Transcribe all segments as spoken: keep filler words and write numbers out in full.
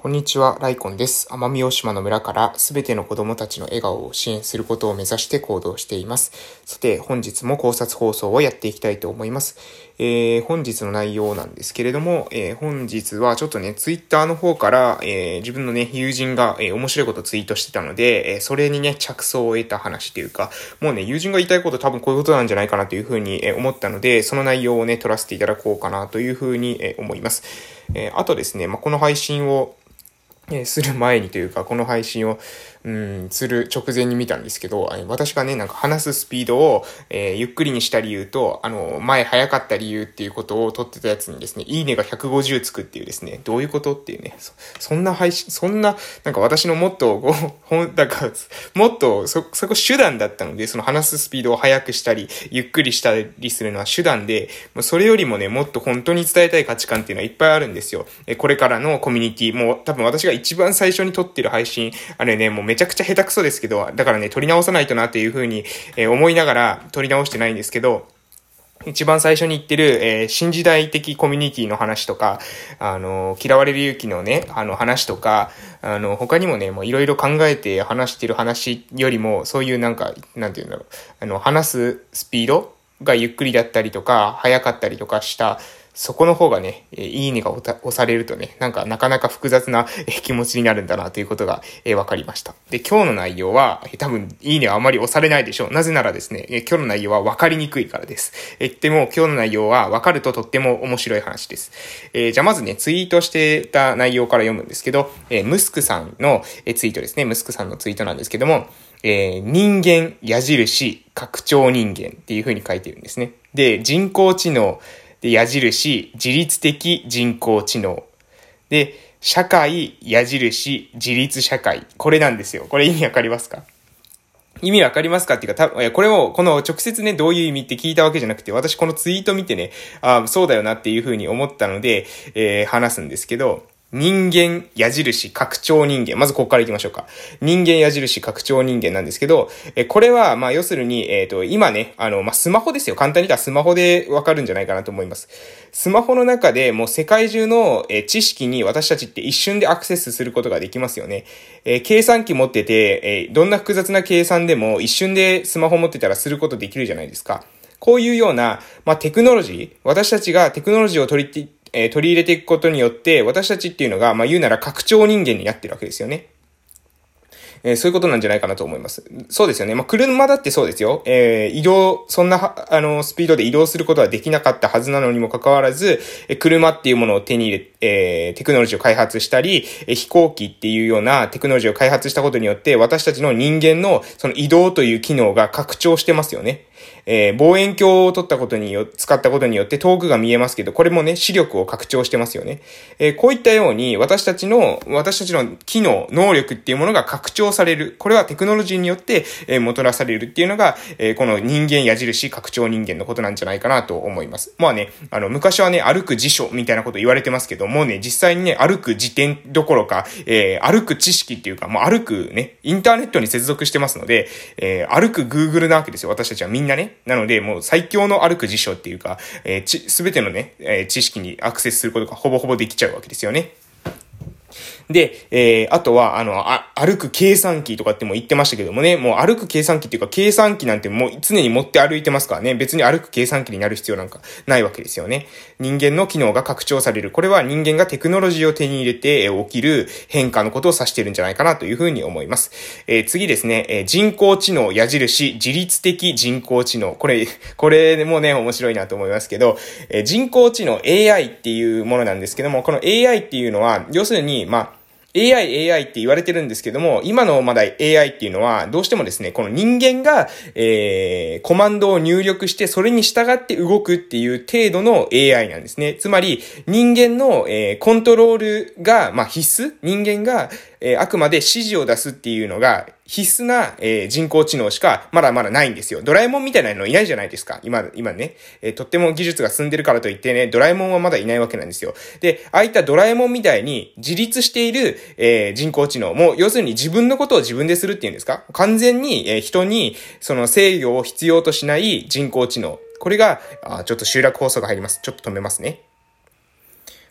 こんにちは、ライコンです。奄美大島の村からすべての子供たちの笑顔を支援することを目指して行動しています。さて、本日も考察放送をやっていきたいと思います。えー、本日の内容なんですけれども、えー、本日はちょっとね、ツイッターの方から、えー、自分のね、友人が、えー、面白いことをツイートしてたので、えー、それにね、着想を得た話というか、もうね、友人が言いたいこと多分こういうことなんじゃないかなというふうに、えー、思ったので、その内容をね、取らせていただこうかなというふうに、えー、思います。えー、あとですね、まあ、この配信を、えー、する前にというか、この配信を、うん、する直前に見たんですけど、私がね、なんか話すスピードを、えー、ゆっくりにした理由と、あの、前早かった理由っていうことを撮ってたやつにですね、いいねがひゃくごじゅうつくっていうですね、どういうことっていうね、そ、そんな配信、そんな、なんか私のもっと、ほん、だから、もっと、そ、そこ手段だったので、その話すスピードを速くしたり、ゆっくりしたりするのは手段で、それよりもね、もっと本当に伝えたい価値観っていうのはいっぱいあるんですよ。え、これからのコミュニティ、もう多分私が一番最初に撮ってる配信、あれね、もうめちゃくちゃ下手くそですけど、だからね、撮り直さないとなっていう風に、えー、思いながら撮り直してないんですけど、一番最初に言ってる、えー、新時代的コミュニティの話とか、あの、嫌われる勇気のね、あの話とか、あの、他にもね、もういろいろ考えて話してる話よりも、そういうなんか、なんていうんだろう、あの、話すスピードがゆっくりだったりとか、早かったりとかした、そこの方がね、いいねが押されるとね、なんかなかなか複雑な気持ちになるんだなということが分かりました。で、今日の内容は、多分いいねはあまり押されないでしょう。なぜならですね、今日の内容は分かりにくいからです。え、でも今日の内容は分かるととっても面白い話です。えー、じゃあまずね、ツイートしてた内容から読むんですけど、えー、ムスクさんのツイートですね。ムスクさんのツイートなんですけども、えー、人間、矢印、拡張人間っていう風に書いてるんですね。で、人工知能、で、矢印、自律的人工知能。で、社会、矢印、自律社会。これなんですよ。これ意味わかりますか？意味わかりますかっていうか、たこれを、この直接ね、どういう意味って聞いたわけじゃなくて、私このツイート見てね、あ、そうだよなっていう風に思ったので、えー、話すんですけど、人間、矢印、拡張人間。まずここから行きましょうか。人間、矢印、拡張人間なんですけど、え、これは、まあ、要するに、えっと、今ね、あの、まあ、スマホですよ。簡単に言ったらスマホでわかるんじゃないかなと思います。スマホの中でもう世界中の、え、知識に私たちって一瞬でアクセスすることができますよね。えー、計算機持ってて、えー、どんな複雑な計算でも一瞬でスマホ持ってたらすることできるじゃないですか。こういうような、まあ、テクノロジー、私たちがテクノロジーを取り、えー、取り入れていくことによって、私たちっていうのが、まあ、言うなら拡張人間になってるわけですよね。えー、そういうことなんじゃないかなと思います。そうですよね。まあ、車だってそうですよ。えー、移動、そんな、あの、スピードで移動することはできなかったはずなのにもかかわらず、えー、車っていうものを手に入れ、えー、テクノロジーを開発したり、えー、飛行機っていうようなテクノロジーを開発したことによって、私たちの人間のその移動という機能が拡張してますよね。えー、望遠鏡を取ったことによ、使ったことによって遠くが見えますけど、これもね、視力を拡張してますよね。えー、こういったように、私たちの、私たちの機能、能力っていうものが拡張される。これはテクノロジーによって、えー、もたらされるっていうのが、えー、この人間矢印拡張人間のことなんじゃないかなと思います。まあね、あの、昔はね、歩く辞書みたいなこと言われてますけどもね、実際にね、歩く辞典どころか、えー、歩く知識っていうか、もう歩くね、インターネットに接続してますので、えー、歩く Google なわけですよ。私たちはみんなね。なので、もう最強の歩く辞書っていうか、えー、ち、すべてのね、えー、知識にアクセスすることがほぼほぼできちゃうわけですよね。で、えー、あとは、あの、あ、歩く計算機とかっても言ってましたけどもね、もう歩く計算機っていうか、計算機なんてもう常に持って歩いてますからね、別に歩く計算機になる必要なんかないわけですよね。人間の機能が拡張される。これは人間がテクノロジーを手に入れて起きる変化のことを指しているんじゃないかなというふうに思います。えー、次ですね、えー、人工知能矢印、自律的人工知能。これ、これもね、面白いなと思いますけど、えー、人工知能 エーアイ っていうものなんですけども、この エーアイ っていうのは、要するに、まあ、エーアイ、エーアイ って言われてるんですけども、今のまだ エーアイ っていうのは、どうしてもですね、この人間が、えー、コマンドを入力して、それに従って動くっていう程度の エーアイ なんですね。つまり、人間の、えー、コントロールが、まあ、必須？人間が、えー、あくまで指示を出すっていうのが、必須な、えー、人工知能しかまだまだないんですよ。ドラえもんみたいなのいないじゃないですか。今、今ね、えー、とっても技術が進んでるからといってね、ドラえもんはまだいないわけなんですよ。で、ああいったドラえもんみたいに自立している、えー、人工知能も、要するに自分のことを自分でするっていうんですか？完全に、えー、人にその制御を必要としない人工知能。これが、あ、ちょっと集落放送が入ります。ちょっと止めますね。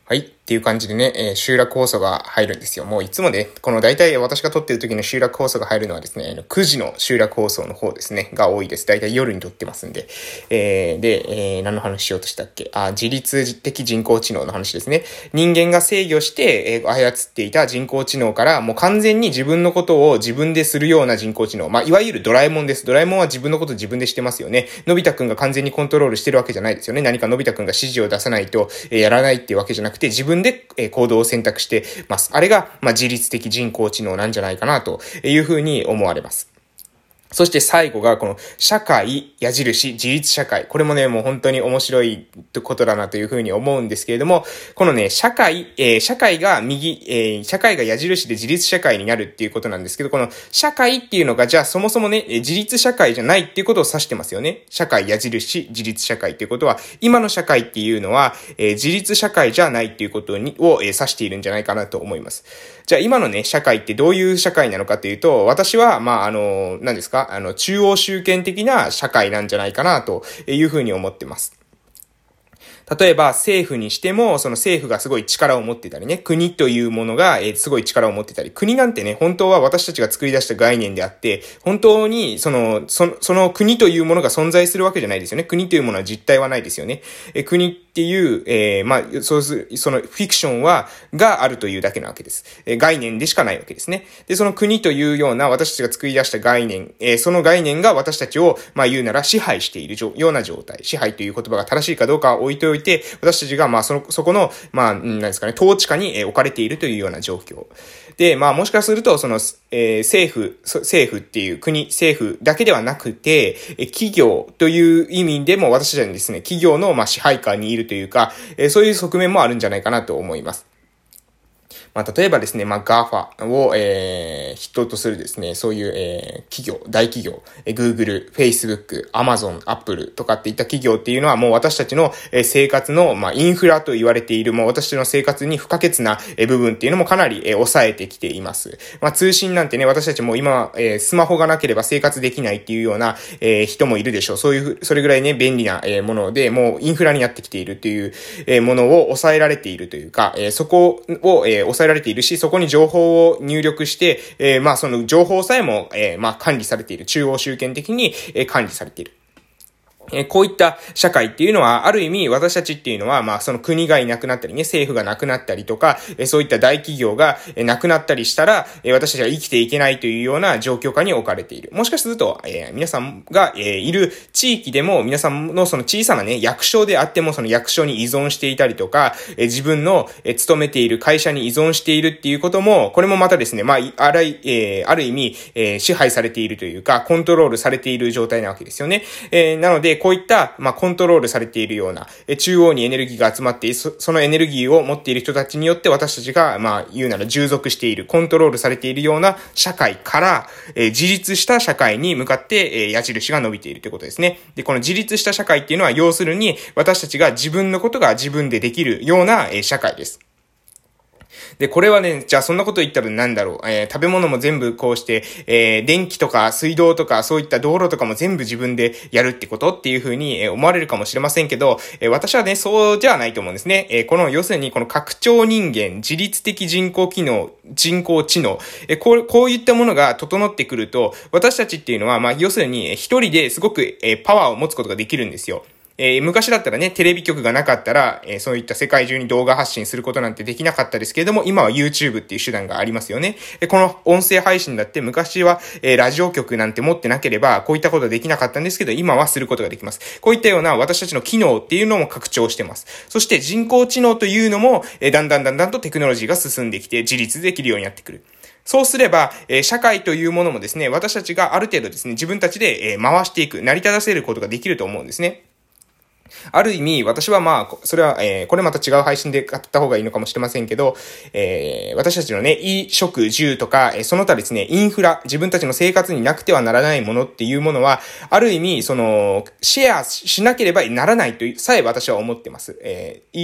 はい。っていう感じでね、えー、集落放送が入るんですよ。もういつもね、この大体私が撮ってる時の集落放送が入るのはですね、くじの集落放送の方ですね、が多いです。大体夜に撮ってますんで。えー、で、えー、何の話しようとしたっけ？あ、自律的人工知能の話ですね。人間が制御して、えー、操っていた人工知能から、もう完全に自分のことを自分でするような人工知能。まあ、いわゆるドラえもんです。ドラえもんは自分のこと自分でしてますよね。のび太くんが完全にコントロールしてるわけじゃないですよね。何かのび太くんが指示を出さないと、えー、やらないっていうわけじゃなくて、自分で行動を選択してます。あれが、まあ、自律的人工知能なんじゃないかなというふうに思われます。そして最後がこの社会、矢印、自立社会。これもね、もう本当に面白いことだなというふうに思うんですけれども、このね、社会、えー、社会が右、えー、社会が矢印で自立社会になるっていうことなんですけど、この社会っていうのがじゃあそもそもね、自立社会じゃないっていうことを指してますよね。社会、矢印、自立社会っていうことは、今の社会っていうのは、えー、自立社会じゃないっていうことにを、えー、指しているんじゃないかなと思います。じゃあ今のね、社会ってどういう社会なのかというと、私は、まあ、あの、何ですかあの、中央集権的な社会なんじゃないかなというふうに思ってます。例えば政府にしても、その政府がすごい力を持ってたりね、国というものが、えー、すごい力を持ってたり、国なんてね、本当は私たちが作り出した概念であって、本当にその、その、その国というものが存在するわけじゃないですよね。国というものは実体はないですよね。えー、国っていう、えー、まあ、そうする、そのフィクションは、があるというだけなわけです。えー、概念でしかないわけですね。で、その国というような私たちが作り出した概念、えー、その概念が私たちを、まあ言うなら支配しているような状態。支配という言葉が正しいかどうかは置いておいて、私たちが、まあ、その、そこの、まあ、なんですかね、統治下に置かれているというような状況。で、まあ、もしかすると、その、えー、政府、政府っていう国、政府だけではなくて、え企業という意味でも私たちはですね、企業の、まあ、支配下にいるというか、えー、そういう側面もあるんじゃないかなと思います。まあ、例えばですね、まあ、ガーファ を、えー、筆頭とするですね、そういう、えー、企業、大企業、えー、Google、Facebook、Amazon、Apple とかっていった企業っていうのはもう私たちの、えー、生活の、まあ、インフラと言われている、もう私たちの生活に不可欠な、えー、部分っていうのもかなり、えー、抑えてきています。まあ、通信なんてね、私たちも今、えー、スマホがなければ生活できないっていうような、えー、人もいるでしょう。そういう、それぐらいね、便利な、えー、もので、もうインフラになってきているっていう、えー、ものを抑えられているというか、えー、そこを、えー、抑えられているし、そこに情報を入力して、えー、まあその情報さえも、えー、まあ管理されている。中央集権的に、えー、管理されている。えー、こういった社会っていうのは、ある意味私たちっていうのは、まあその国がいなくなったりね、政府がなくなったりとか、えー、そういった大企業が、えー、なくなったりしたら、えー、私たちは生きていけないというような状況下に置かれている。もしかすると、えー、皆さんが、えー、いる地域でも、皆さんのその小さなね、役所であっても、その役所に依存していたりとか、えー、自分の、えー、勤めている会社に依存しているっていうことも、これもまたですね、まあ、ある、えー、ある意味、えー、支配されているというか、コントロールされている状態なわけですよね。えー、なので、こういった、まあ、コントロールされているような、え、中央にエネルギーが集まっている、そ, そのエネルギーを持っている人たちによって私たちが、まあ、言うなら従属している、コントロールされているような社会から、えー、自立した社会に向かって、えー、矢印が伸びているということですね。で、この自立した社会っていうのは、要するに、私たちが自分のことが自分でできるような、えー、社会です。で、これはね、じゃあそんなこと言ったらなんだろう、えー、食べ物も全部こうして、えー、電気とか水道とかそういった道路とかも全部自分でやるってことっていう風に思われるかもしれませんけど、えー、私はね、そうじゃないと思うんですね。えー、この、要するにこの拡張人間、自律的人工機能、人工知能、えー、こう、こういったものが整ってくると、私たちっていうのは、まあ、要するに一人ですごく、えー、パワーを持つことができるんですよ。えー、昔だったらね、テレビ局がなかったら、えー、そういった世界中に動画発信することなんてできなかったですけれども、今は YouTube っていう手段がありますよね。えー、この音声配信だって昔は、えー、ラジオ局なんて持ってなければ、こういったことはできなかったんですけど、今はすることができます。こういったような私たちの機能っていうのも拡張してます。そして人工知能というのも、えー、だんだんだんだんとテクノロジーが進んできて、自立できるようになってくる。そうすれば、えー、社会というものもですね、私たちがある程度ですね、自分たちで、えー、回していく、成り立たせることができると思うんですね。ある意味、私はまあ、それは、えー、これまた違う配信で語った方がいいのかもしれませんけど、えー、私たちのね、衣食住とか、えー、その他ですね、インフラ、自分たちの生活になくてはならないものっていうものは、ある意味、その、シェアしなければならないとさえ私は思ってます。えー、いいと、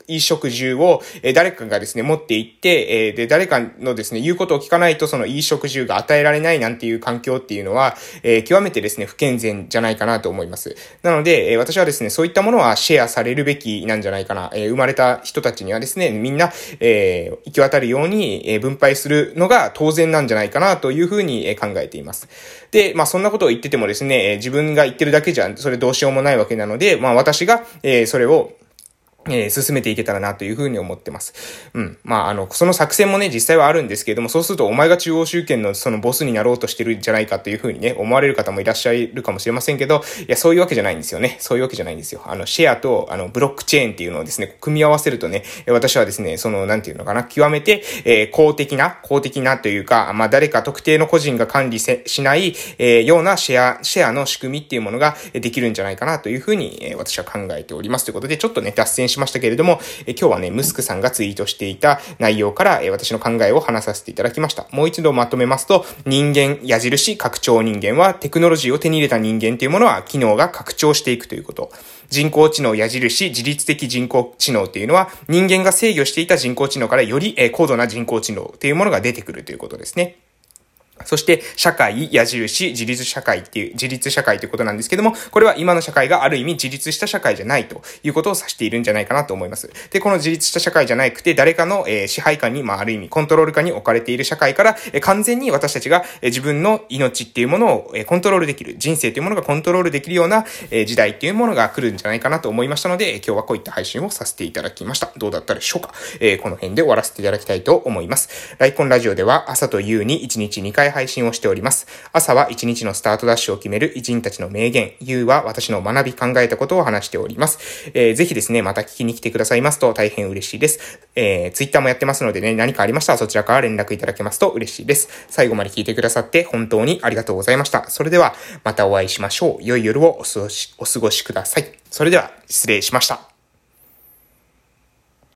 衣食住を、えー、誰かがですね、持っていって、えー、で、誰かのですね、言うことを聞かないと、その衣食住が与えられないなんていう環境っていうのは、えー、極めてですね、不健全じゃないかなと思います。なので、えー、私はですね、そういったものはシェアされるべきなんじゃないかな。えー、生まれた人たちにはですね、みんな、えー、行き渡るように、えー、分配するのが当然なんじゃないかなというふうに、えー、考えています。で、まあ、そんなことを言っててもですね、えー、自分が言ってるだけじゃ、それどうしようもないわけなので、まあ、私が、えー、それを、えー、進めていけたらなというふうに思ってます。うん。まあ、あの、その作戦もね、実際はあるんですけれども、そうするとお前が中央集権のそのボスになろうとしてるんじゃないかというふうにね、思われる方もいらっしゃるかもしれませんけど、いや、そういうわけじゃないんですよね。そういうわけじゃないんですよ。あの、シェアと、あの、ブロックチェーンっていうのをですね、組み合わせるとね、私はですね、その、なんていうのかな、極めて、えー、公的な、公的なというか、まあ、誰か特定の個人が管理せしない、えー、ようなシェア、シェアの仕組みっていうものができるんじゃないかなというふうに、えー、私は考えております。ということで、ちょっとね、脱線しましたけれども、え今日はね、ムスクさんがツイートしていた内容から、え私の考えを話させていただきました。もう一度まとめますと、人間、矢印、拡張人間はテクノロジーを手に入れた人間というものは機能が拡張していくということ。人工知能、矢印、自律的人工知能っていうのは人間が制御していた人工知能からより、え高度な人工知能というものが出てくるということですね。そして、社会、矢印、自立社会っていう、自立社会ということなんですけども、これは今の社会がある意味自立した社会じゃないということを指しているんじゃないかなと思います。で、この自立した社会じゃなくて、誰かの、えー、支配下に、まあ、ある意味、コントロール下に置かれている社会から、えー、完全に私たちが、えー、自分の命っていうものを、えー、コントロールできる、人生というものがコントロールできるような、えー、時代っていうものが来るんじゃないかなと思いましたので、えー、今日はこういった配信をさせていただきました。どうだったでしょうか。えー、この辺で終わらせていただきたいと思います。ライコンラジオでは、朝と夕にいちにちにかい配信をしております。朝は一日のスタートダッシュを決める偉人たちの名言。夕は私の学び考えたことを話しております。えー、ぜひですね、また聞きに来てくださいますと大変嬉しいです。えー、ツイッターもやってますのでね、何かありましたらそちらから連絡いただけますと嬉しいです。最後まで聞いてくださって本当にありがとうございました。それではまたお会いしましょう。良い夜をお過ごし、お過ごしください。それでは失礼しました。